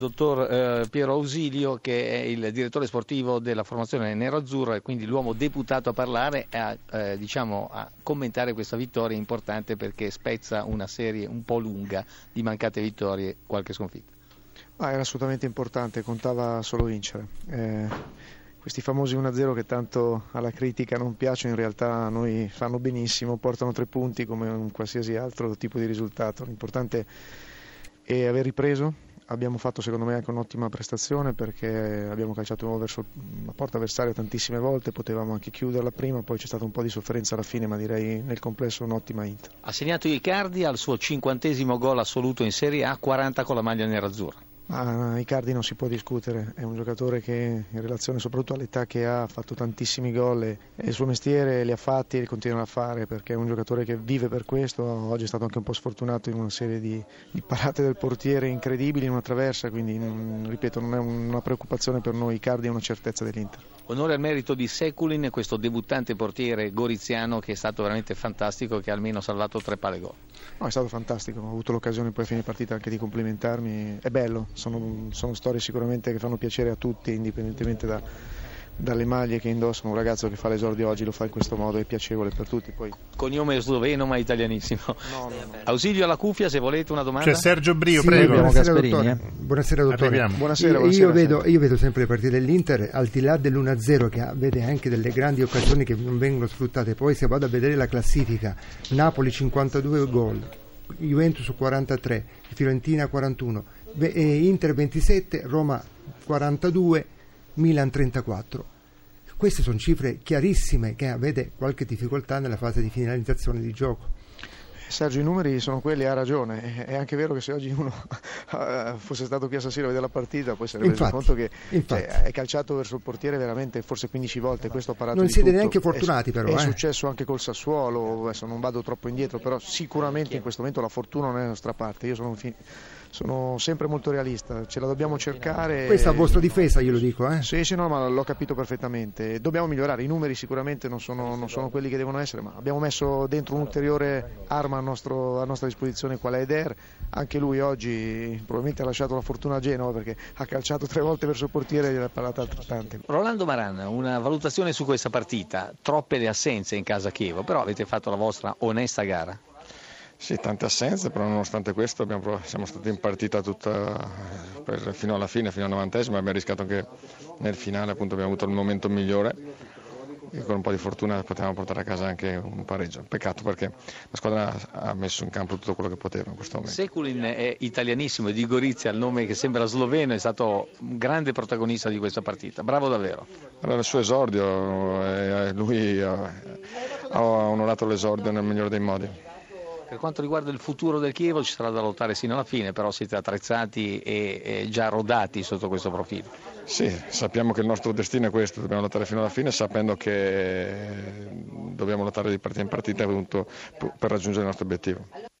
Dottor Piero Ausilio, che è il direttore sportivo della formazione nerazzurra e quindi l'uomo deputato a parlare e a commentare questa vittoria importante, perché spezza una serie un po' lunga di mancate vittorie, qualche sconfitta. Era assolutamente importante, contava solo vincere. Questi famosi 1-0 che tanto alla critica non piacciono, in realtà a noi fanno benissimo, portano 3 punti come un qualsiasi altro tipo di risultato. L'importante è aver ripreso. Abbiamo fatto secondo me anche un'ottima prestazione, perché abbiamo calciato verso la porta avversaria tantissime volte, potevamo anche chiuderla prima, poi c'è stata un po' di sofferenza alla fine, ma direi nel complesso un'ottima Inter. Ha segnato Icardi al suo 50° gol assoluto in Serie A, 40 con la maglia nerazzurra. Icardi non si può discutere, è un giocatore che in relazione soprattutto all'età che ha fatto tantissimi gol e il suo mestiere li ha fatti e li continua a fare, perché è un giocatore che vive per questo. Oggi è stato anche un po' sfortunato in una serie di parate del portiere incredibili in una traversa, quindi ripeto, non è una preoccupazione per noi. Icardi è una certezza dell'Inter. Onore al merito di Sekulin, questo debuttante portiere goriziano che è stato veramente fantastico, che ha almeno salvato 3 palle gol. No, è stato fantastico, ho avuto l'occasione poi a fine partita anche di complimentarmi, è bello, sono storie sicuramente che fanno piacere a tutti, indipendentemente dalle maglie che indossano. Un ragazzo che fa l'esordio oggi lo fa in questo modo, è piacevole per tutti. Poi... Cognome sloveno ma italianissimo. No. Ausilio alla cuffia, se volete una domanda. C'è Sergio Brio, sì, prego. Buonasera dottore. Buonasera dottore. Buonasera, io vedo sempre le partite dell'Inter, al di là dell'1-0 che vede anche delle grandi occasioni che non vengono sfruttate. Poi se vado a vedere la classifica, Napoli 52 gol, Juventus 43, Fiorentina 41, Inter 27, Roma 42, Milan 34. Queste sono cifre chiarissime che vede qualche difficoltà nella fase di finalizzazione di gioco. Sergio, i numeri sono quelli, ha ragione. È anche vero che se oggi uno fosse stato qui a San Siro a vedere la partita, poi si sarebbe reso conto che è calciato verso il portiere veramente forse 15 volte. Questo ha parato non di siete tutto. Neanche fortunati però. È successo anche col Sassuolo, adesso non vado troppo indietro, però sicuramente in questo momento la fortuna non è dalla nostra parte. Io sono sempre molto realista, ce la dobbiamo cercare. Questa è a vostra difesa, glielo dico. Sì, no, ma l'ho capito perfettamente. Dobbiamo migliorare, i numeri sicuramente non sono quelli che devono essere, ma abbiamo messo dentro un'ulteriore arma a nostra disposizione, qual è Eder. Anche lui oggi probabilmente ha lasciato la fortuna a Genova, perché ha calciato 3 volte verso il portiere e gliene ha parlato altrettante. Rolando Maran, una valutazione su questa partita? Troppe le assenze in casa Chievo, però avete fatto la vostra onesta gara. Sì, tante assenze, però nonostante questo siamo stati in partita tutta fino alla fine, fino al 90°, abbiamo rischiato anche nel finale, appunto abbiamo avuto il momento migliore e con un po' di fortuna potevamo portare a casa anche un pareggio. Peccato, perché la squadra ha messo in campo tutto quello che poteva in questo momento. Sekulin è italianissimo, è di Gorizia, il nome che sembra sloveno, è stato un grande protagonista di questa partita, bravo davvero. Era il suo esordio, lui ha onorato l'esordio nel migliore dei modi. Per quanto riguarda il futuro del Chievo ci sarà da lottare sino alla fine, però siete attrezzati e già rodati sotto questo profilo. Sì, sappiamo che il nostro destino è questo, dobbiamo lottare fino alla fine, sapendo che dobbiamo lottare di partita in partita per raggiungere il nostro obiettivo.